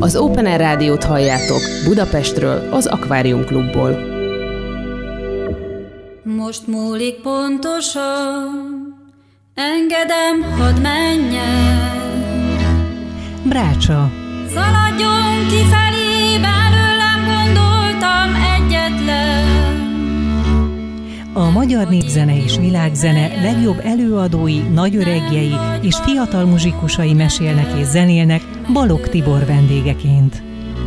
Az Open Air Rádiót halljátok Budapestről, az Akvárium Klubból. Most múlik pontosan, engedem, hadd menjen. Brácsa. Szaladjon kifelé, belőlem gondoltam egyetlen. A magyar népzene és világzene legjobb előadói, nagyöregjei és fiatal muzsikusai mesélnek és zenélnek Balogh Tibor vendégeként.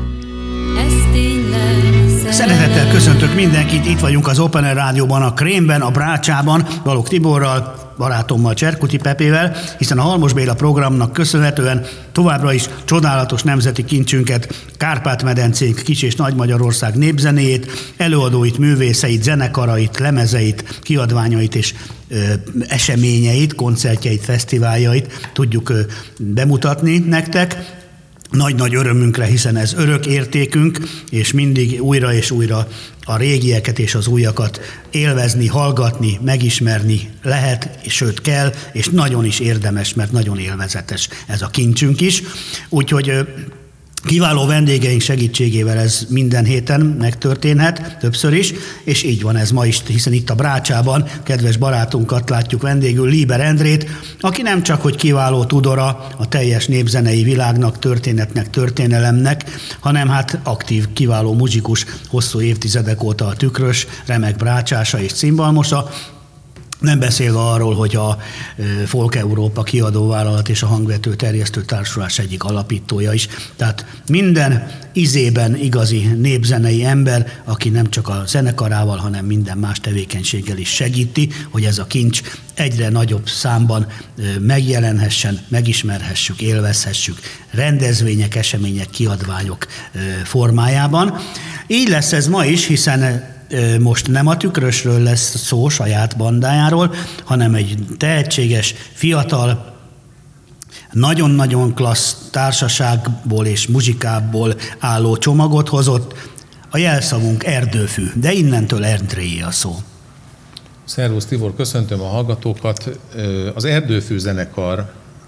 Szeretettel köszöntök mindenkit, itt vagyunk az Open Air Rádióban, a Krémben, a Brácsában, Balogh Tiborral, barátommal, Cserkuti Pepével, hiszen a Halmos Béla programnak köszönhetően továbbra is csodálatos nemzeti kincsünket, Kárpát-medencénk, Kis- és Nagy-Magyarország népzenéjét, előadóit, művészeit, zenekarait, lemezeit, kiadványait és eseményeit, koncertjeit, fesztiváljait tudjuk bemutatni nektek. Nagy-nagy örömünkre, hiszen ez örök értékünk, és mindig újra és újra a régieket és az újakat élvezni, hallgatni, megismerni lehet, és sőt kell, és nagyon is érdemes, mert nagyon élvezetes ez a kincsünk is. Úgyhogy kiváló vendégeink segítségével ez minden héten megtörténhet, többször is, és így van ez ma is, hiszen itt a Brácsában kedves barátunkat látjuk vendégül, Líber Endrét, aki nem csak, hogy kiváló tudora a teljes népzenei világnak, történetnek, történelemnek, hanem hát aktív, kiváló muzsikus, hosszú évtizedek óta a tükrös, remek brácsása és cimbalmosa. Nem beszélve arról, hogy a Folk Európa kiadóvállalat és a Hangvető Terjesztő Társulás egyik alapítója is. Tehát minden ízében igazi népzenei ember, aki nem csak a zenekarával, hanem minden más tevékenységgel is segíti, hogy ez a kincs egyre nagyobb számban megjelenhessen, megismerhessük, élvezhessük rendezvények, események, kiadványok formájában. Így lesz ez ma is, hiszen most nem a Tükrösről lesz szó, saját bandájáról, hanem egy tehetséges, fiatal, nagyon-nagyon klassz társaságból és muzsikából álló csomagot hozott. A jelszavunk Erdőfű, de innentől Endréé a szó. Szervusz Tibor, köszöntöm a hallgatókat. Az Erdőfű zenekar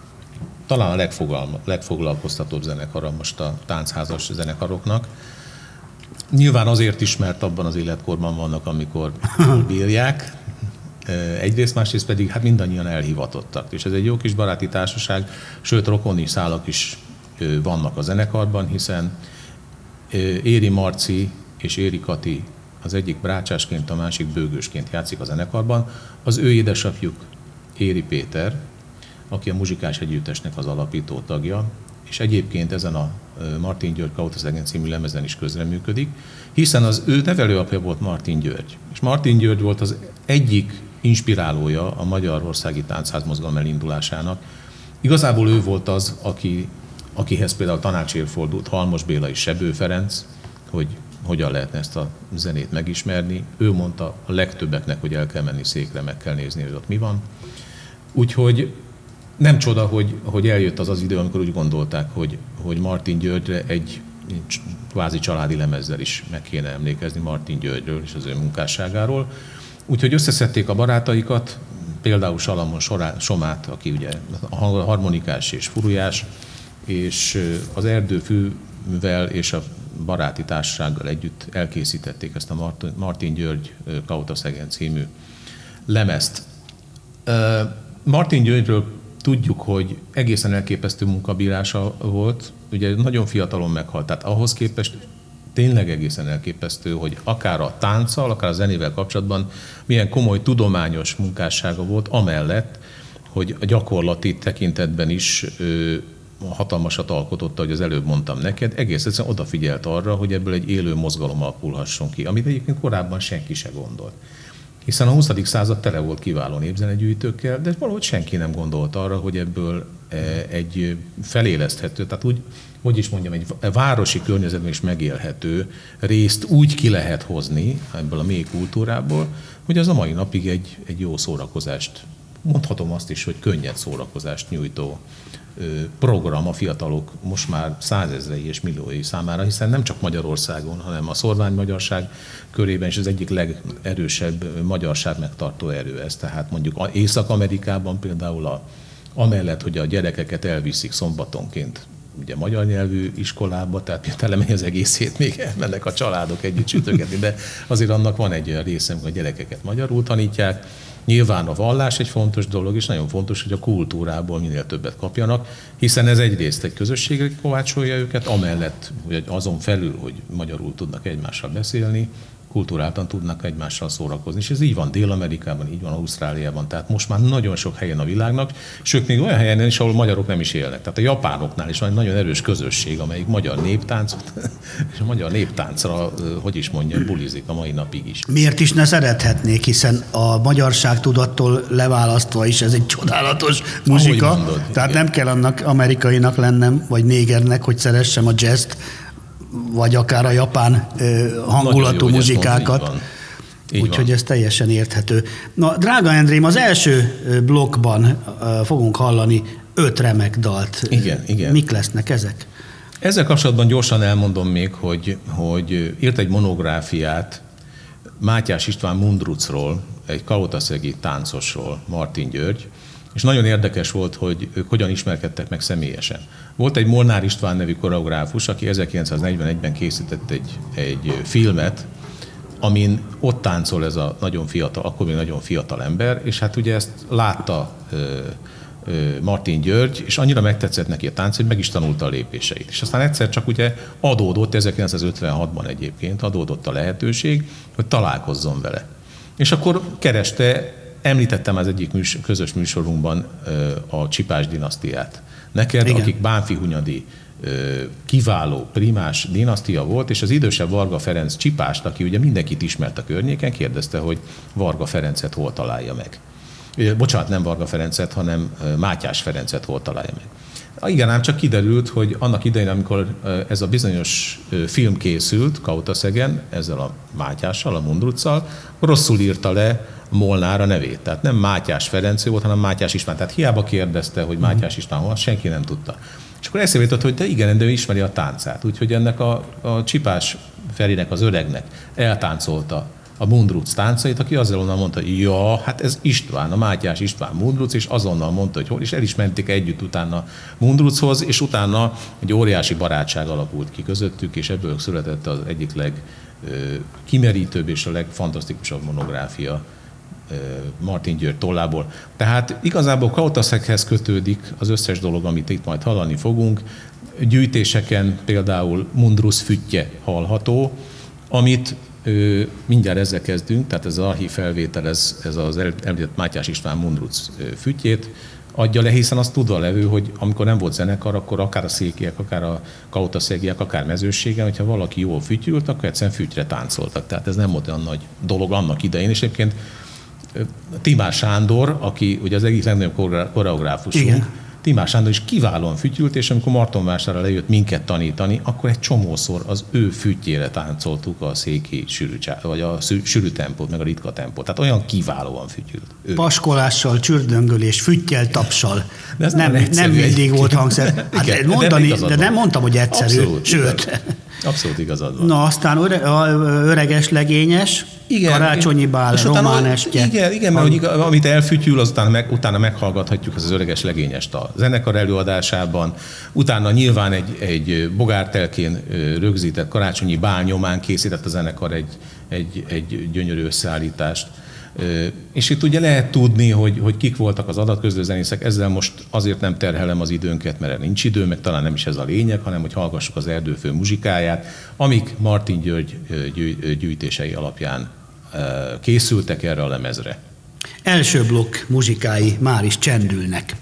talán a legfoglalkoztatóbb zenekara most a táncházas zenekaroknak. Nyilván azért is, mert abban az életkorban vannak, amikor bírják. Egyrészt, másrészt pedig hát mindannyian elhivatottak. És ez egy jó kis baráti társaság, sőt rokoni szálak is vannak a zenekarban, hiszen Éri Marci és Éri Kati az egyik brácsásként, a másik bőgősként játszik a zenekarban. Az ő édesapjuk Éri Péter, aki a Muzsikás Együttesnek az alapító tagja, és egyébként ezen a Martin György Kautoszegen című lemezen is közreműködik, hiszen az ő nevelőapja volt Martin György. És Martin György volt az egyik inspirálója a magyarországi táncházmozgalom elindulásának. Igazából ő volt az, akihez például tanácsért fordult Halmos Béla és Sebő Ferenc, hogy hogyan lehetne ezt a zenét megismerni. Ő mondta a legtöbbeknek, hogy el kell menni székre, meg kell nézni, hogy ott mi van. Úgyhogy nem csoda, hogy eljött az idő, amikor úgy gondolták, hogy Martin Györgyre egy kvázi családi lemezzel is meg kéne emlékezni Martin Györgyről és az ő munkásságáról. Úgyhogy összeszedték a barátaikat, például Salamon Somát, aki ugye harmonikás és furujás, és az Erdőfűvel és a baráti társasággal együtt elkészítették ezt a Martin György Kautoszegen című lemezt. Martin Györgyről tudjuk, hogy egészen elképesztő munkabírása volt, ugye nagyon fiatalon meghalt, tehát ahhoz képest tényleg egészen elképesztő, hogy akár a tánccal, akár a zenével kapcsolatban milyen komoly tudományos munkássága volt, amellett, hogy a gyakorlati tekintetben is hatalmasat alkototta, hogy az előbb mondtam neked, egész egyszerűen odafigyelt arra, hogy ebből egy élő mozgalom alakulhasson ki, amit egyébként korábban senki se gondolt. Hiszen a 20. század tele volt kiváló népzenegyűjtőkkel, de valahogy senki nem gondolt arra, hogy ebből egy feléleszthető, tehát úgy, hogy is mondjam, egy városi környezetben is megélhető részt úgy ki lehet hozni ebből a mély kultúrából, hogy az a mai napig egy jó szórakozást, mondhatom azt is, hogy könnyed szórakozást nyújtó program a fiatalok most már százezrei és milliói számára, hiszen nem csak Magyarországon, hanem a szorványmagyarság körében is az egyik legerősebb magyarság megtartó erő ez. Tehát mondjuk Észak-Amerikában például amellett, hogy a gyerekeket elviszik szombatonként ugye magyar nyelvű iskolába, tehát telemegy az egész hét, még elmennek a családok együtt sütögetni, de azért annak van egy olyan része, amikor a gyerekeket magyarul tanítják. Nyilván a vallás egy fontos dolog, és nagyon fontos, hogy a kultúrából minél többet kapjanak, hiszen ez egyrészt egy közösségre kovácsolja őket, amellett, hogy azon felül, hogy magyarul tudnak egymással beszélni, kultúráltan tudnak egymással szórakozni. És ez így van Dél-Amerikában, így van Ausztráliában, tehát most már nagyon sok helyen a világnak, sőt még olyan helyen is, ahol magyarok nem is élnek. Tehát a japánoknál is van egy nagyon erős közösség, amelyik magyar néptáncot, és a magyar néptáncra, hogy is mondjam, bulizik a mai napig is. Miért is ne szerethetnék, hiszen a magyarság tudattól leválasztva is ez egy csodálatos muzsika. Mondod, tehát igen. nem kell annak amerikainak lennem, vagy négernek, hogy szeressem a jazzt, vagy akár a japán hangulatú muzsikákat. Úgyhogy ez teljesen érthető. Na, drága Endrém, az első blokkban fogunk hallani 5 remek dalt. Igen. Mik lesznek ezek? Ezzel kapcsolatban gyorsan elmondom még, hogy írt egy monográfiát Mátyás István Mundruczról, egy kaotaszegi táncosról, Martin György, és nagyon érdekes volt, hogy ők hogyan ismerkedtek meg személyesen. Volt egy Molnár István nevű koreográfus, aki 1941-ben készített egy filmet, amin ott táncol ez a nagyon fiatal, akkor még nagyon fiatal ember, és hát ugye ezt látta Martin György, és annyira megtetszett neki a tánc, hogy meg is tanulta a lépéseit. És aztán egyszer csak ugye adódott, 1956-ban egyébként adódott a lehetőség, hogy találkozzon vele. És akkor kereste, említettem az egyik közös műsorunkban a Csipás dinasztiát. Neked, igen, akik Bánffy-Hunyadi kiváló primás dinasztia volt, és az idősebb Varga Ferenc Csipást, aki ugye mindenkit ismert a környéken, kérdezte, hogy Varga Ferencet hol találja meg. Bocsánat, nem Varga Ferencet, hanem Mátyás Ferencet hol találja meg. Igen, ám csak kiderült, hogy annak idején, amikor ez a bizonyos film készült Kautaszegen, ezzel a Mátyással, a Mundruccal, rosszul írta le Molnár a nevét. Tehát nem Mátyás Ferenc volt, hanem Mátyás István. Tehát hiába kérdezte, hogy Mátyás István hol, senki nem tudta. És akkor eszébe jutott, hogy de igen, de ő ismeri a táncát. Úgyhogy ennek a Csipás Ferinek, az öregnek eltáncolta a Mundrucz táncait, aki azonnal mondta, hogy ja, hát ez István, a Mátyás István Mundrucz, és azonnal mondta, hogy hol, és el is menték együtt utána Mundruczhoz, és utána egy óriási barátság alakult ki közöttük, és ebből született az egyik legkimerítőbb és a legfantasztikusabb monográfia Martin György tollából. Tehát igazából Kautaszeghez kötődik az összes dolog, amit itt majd hallani fogunk. Gyűjtéseken például Mundrucz füttye hallható, amit mindjárt ezzel kezdünk, tehát ez az archív felvétel, ez az említett Mátyás István Mundrucz füttyét adja le, hiszen azt tudva levő, hogy amikor nem volt zenekar, akkor akár a székiek, akár a kautaszegiek, akár mezőségen, hogyha valaki jól fütyült, akkor egyszerűen füttyre táncoltak. Tehát ez nem volt olyan nagy dolog annak idején, és egyébként Timár Sándor, aki ugye az egyik legnagyobb koreográfusunk, Timár Sándor is kiválóan fütyült, és amikor Martonvásárra lejött minket tanítani, akkor egy csomószor az ő füttyére táncoltuk a széki vagy a sűrű tempót, meg a ritka tempót. Tehát olyan kiválóan fütyült. Paskolással, csürdöngölés, füttyel, tapsal. De ez nem mindig volt hangszer. Hát igen, mondani, de nem mondtam, hogy egyszerű. Abszolút, sőt. Abszolút igazad van. Na, aztán öreges legényes, igen, karácsonyi bál, román estje. Igen, mert amit elfütyül, az utána meghallgathatjuk az öreges legényest a zenekar előadásában. Utána nyilván egy bogártelkén rögzített karácsonyi bál nyomán készített a zenekar egy gyönyörű összeállítást. És itt ugye lehet tudni, hogy kik voltak az adatközlő zenészek, ezzel most azért nem terhelem az időnket, mert nincs idő, meg talán nem is ez a lényeg, hanem hogy hallgassuk az Erdőfő muzsikáját, amik Martin György gyűjtései alapján készültek erre a lemezre. Első blokk muzsikái már is csendülnek.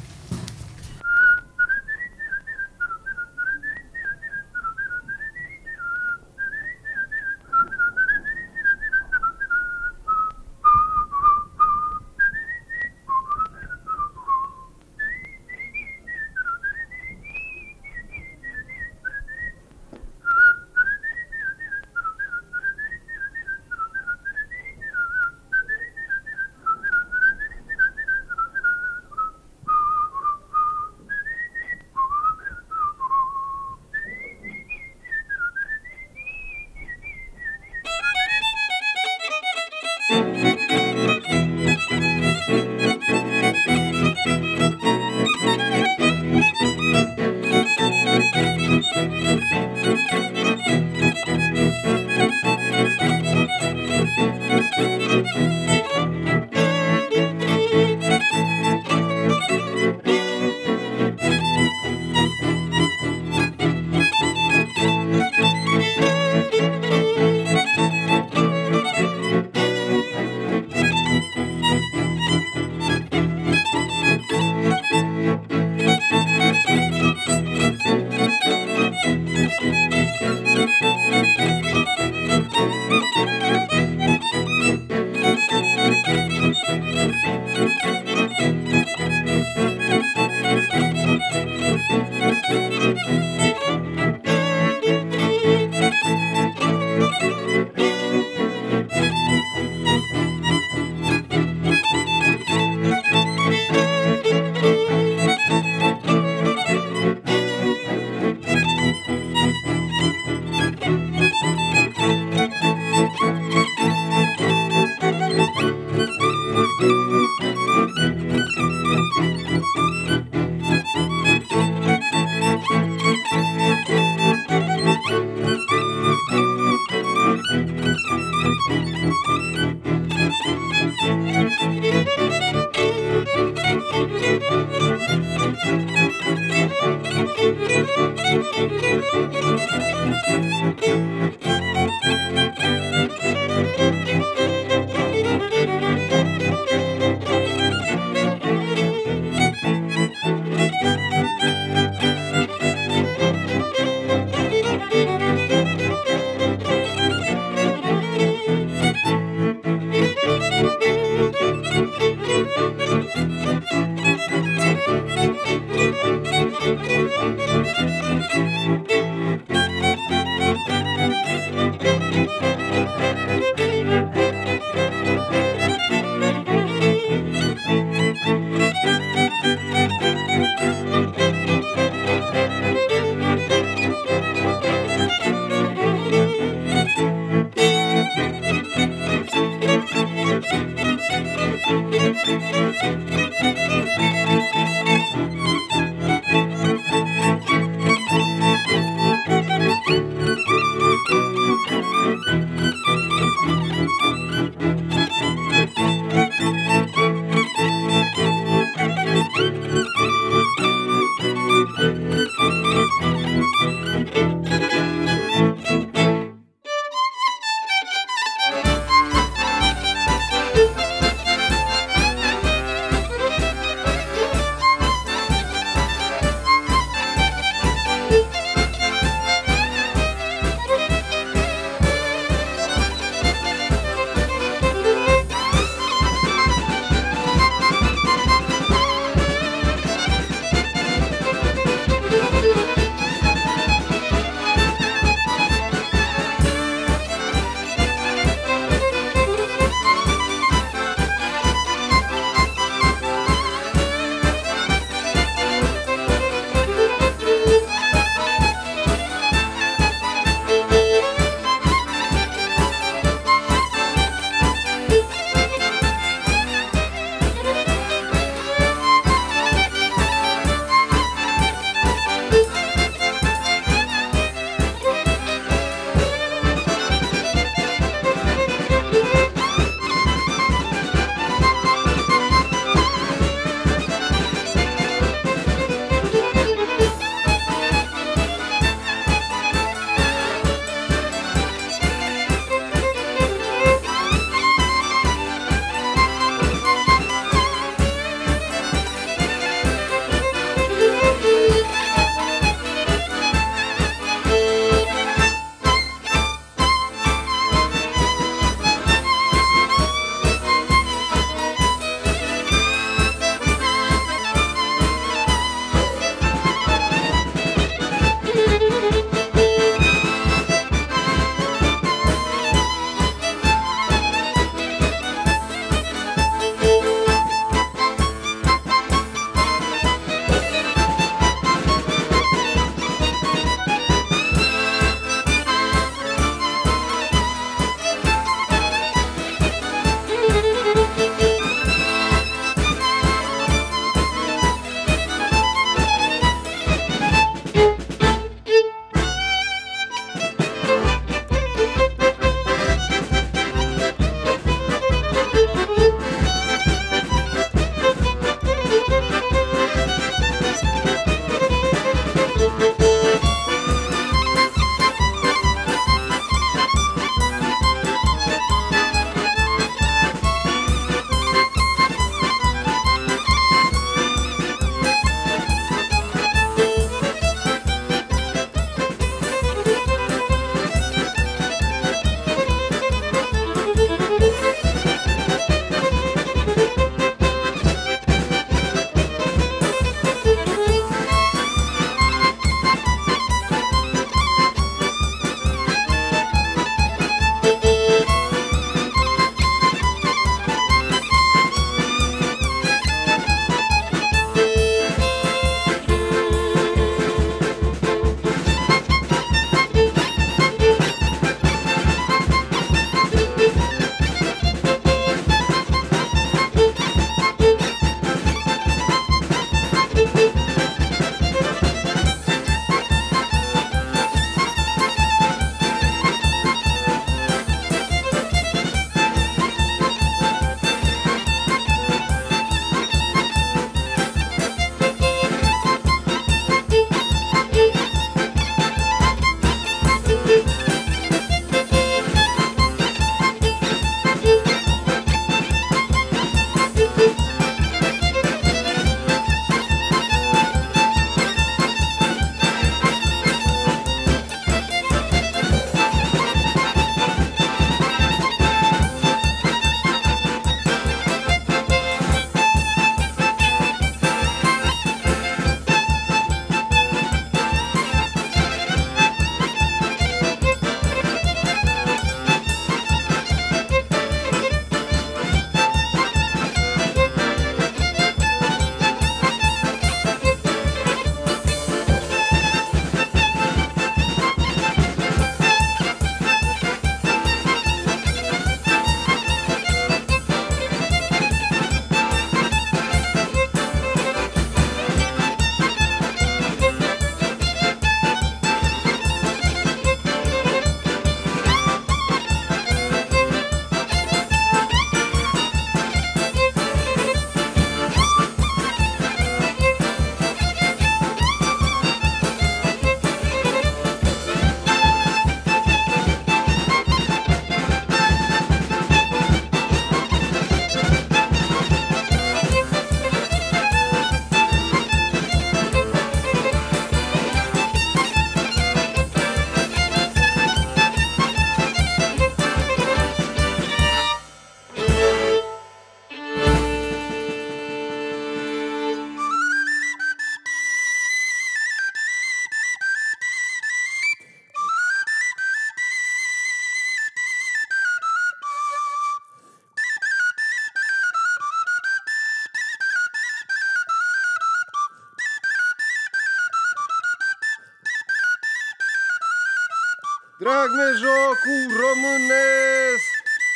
Drag me jocul românesc,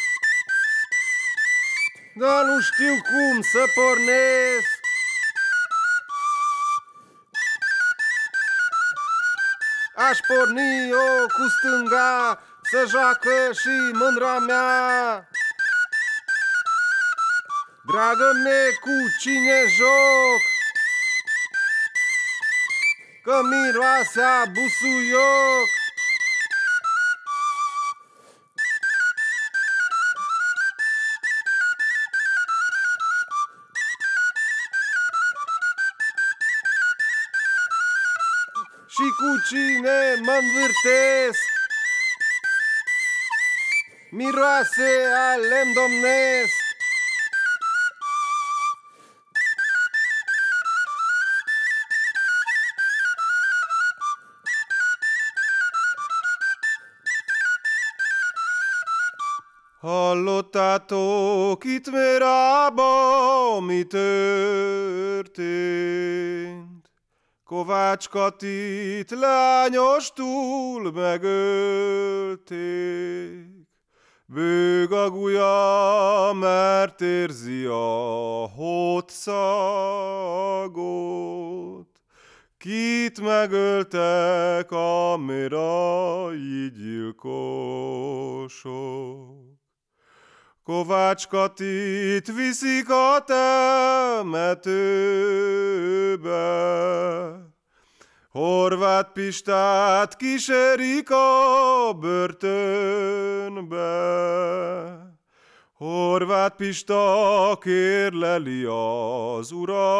dar nu știu cum să pornesc. Aș porni-o cu stânga, să joacă și mândra mea. Dragă-me, cu cine joc? Că miroase a busuioc. Și cu cine mă învârtesc? Miroase a lemn domnesc. Hallottatok itt Mérában, mi történt? Kovács Katit lányostul megölték. Bőg a gulya, mert érzi a hótszagot. Kit megöltek a mérai gyilkosok. Kovács Katit viszik a temetőbe, Horváth Pistát kísérik a börtönbe. Horváth Pista kérleli az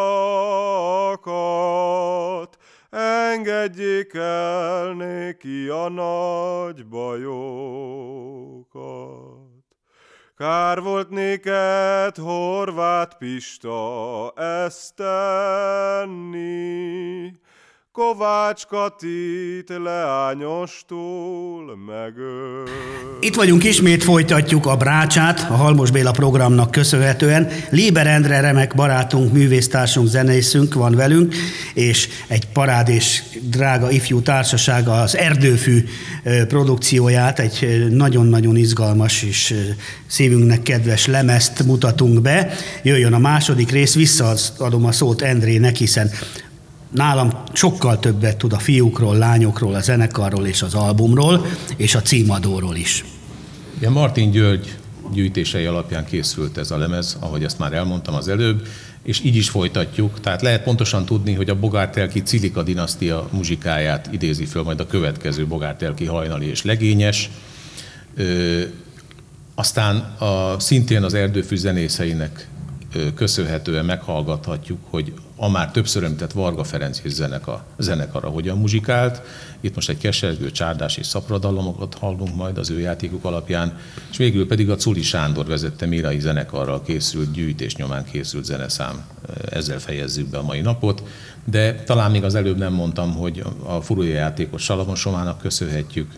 urakat, engedjék el néki a nagy bajokat. Kár volt néked, Horváth Pista, ezt tenni, Kovács Katit leányostól megöl. Itt vagyunk ismét, folytatjuk a Brácsát, a Halmos Béla programnak köszönhetően. Léber Endre remek barátunk, művésztársunk, zenészünk van velünk, és egy parád és drága ifjú társasága az Erdőfű produkcióját, egy nagyon-nagyon izgalmas és szívünknek kedves lemezt mutatunk be. Jöjjön a második rész, visszaadom a szót Endrének, hiszen nálam sokkal többet tud a fiúkról, lányokról, a zenekarról és az albumról, és a címadóról is. Ja, Martin György gyűjtései alapján készült ez a lemez, ahogy ezt már elmondtam az előbb, és így is folytatjuk. Tehát lehet pontosan tudni, hogy a Bogártelki Cilika dinasztia muzsikáját idézi föl majd a következő Bogártelki Hajnali és Legényes. Aztán szintén az Erdőfű zenészeinek köszönhetően meghallgathatjuk, hogy a már többször említett Varga Ferenc és zenekara hogyan muzsikált. Itt most egy kesergő, csárdás és szapradalomokat hallunk majd az ő játékuk alapján, és végül pedig a Czuli Sándor vezette mérai zenekarral készült, gyűjtés nyomán készült zeneszám. Ezzel fejezzük be a mai napot, de talán még az előbb nem mondtam, hogy a furulya játékot Salamon Somának köszönhetjük,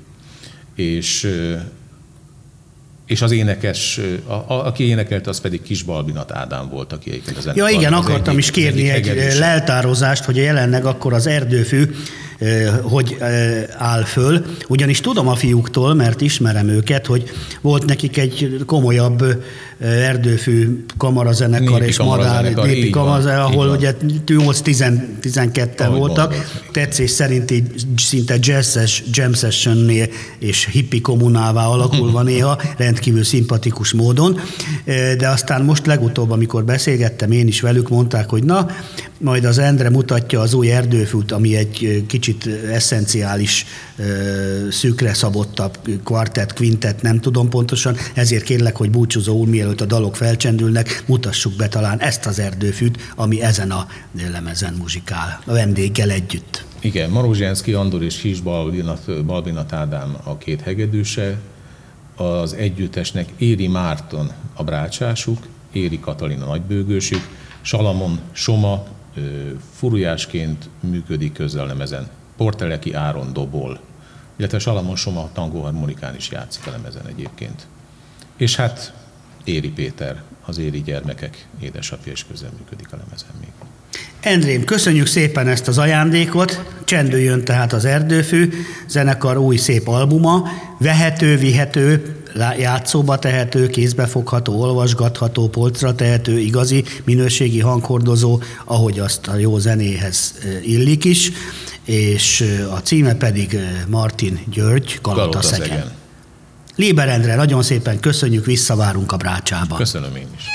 és az énekes, aki énekelte, az pedig Kis Balbinat Ádám volt, aki egyébként a zenekar. Ja igen, akartam is kérni egy leltározást, hogy jelenleg akkor az Erdőfű hogy áll föl. Ugyanis tudom a fiúktól, mert ismerem őket, hogy volt nekik egy komolyabb Erdőfű kamarazenekar és Madár népi kamarazenekar, ahol ugye 8-12-en voltak. Tetszés szerint így szinte jazzes, jam sessionnél és hippi kommunává alakulva néha, rendkívül szimpatikus módon. De aztán most legutóbb, amikor beszélgettem én is velük, mondták, hogy na, majd az Endre mutatja az új Erdőfűt, ami egy kicsit eszenciális, szűkre szabottabb kvartett, kvintett, nem tudom pontosan, ezért kérlek, hogy búcsúzó úr, mielőtt a dalok felcsendülnek, mutassuk be talán ezt az Erdőfűt, ami ezen a lemezen muzsikál, a vendéggel együtt. Igen, Marozsiánszky Andor és Kis Balbinat Ádám a két hegedűse, az együttesnek Éri Márton a brácsásuk, Éri Katalin a nagybőgősük, Salamon Soma furujásként működik közzellemezen, Porteleki Áron dobol, illetve Salamon Soma tangóharmonikán is játszik a lemezen egyébként. És hát Éri Péter, az Éri gyermekek édesapja is közreműködik a lemezen még. Endrém, köszönjük szépen ezt az ajándékot, csendüljön tehát az Erdőfű zenekar új szép albuma, vehető, vihető, játszóba tehető, kézbefogható, olvasgatható, polcra tehető, igazi minőségi hanghordozó, ahogy azt a jó zenéhez illik is, és a címe pedig Martin György, Galotaszegen. Léber Endre, nagyon szépen köszönjük, visszavárunk a Brácsába. Köszönöm én is.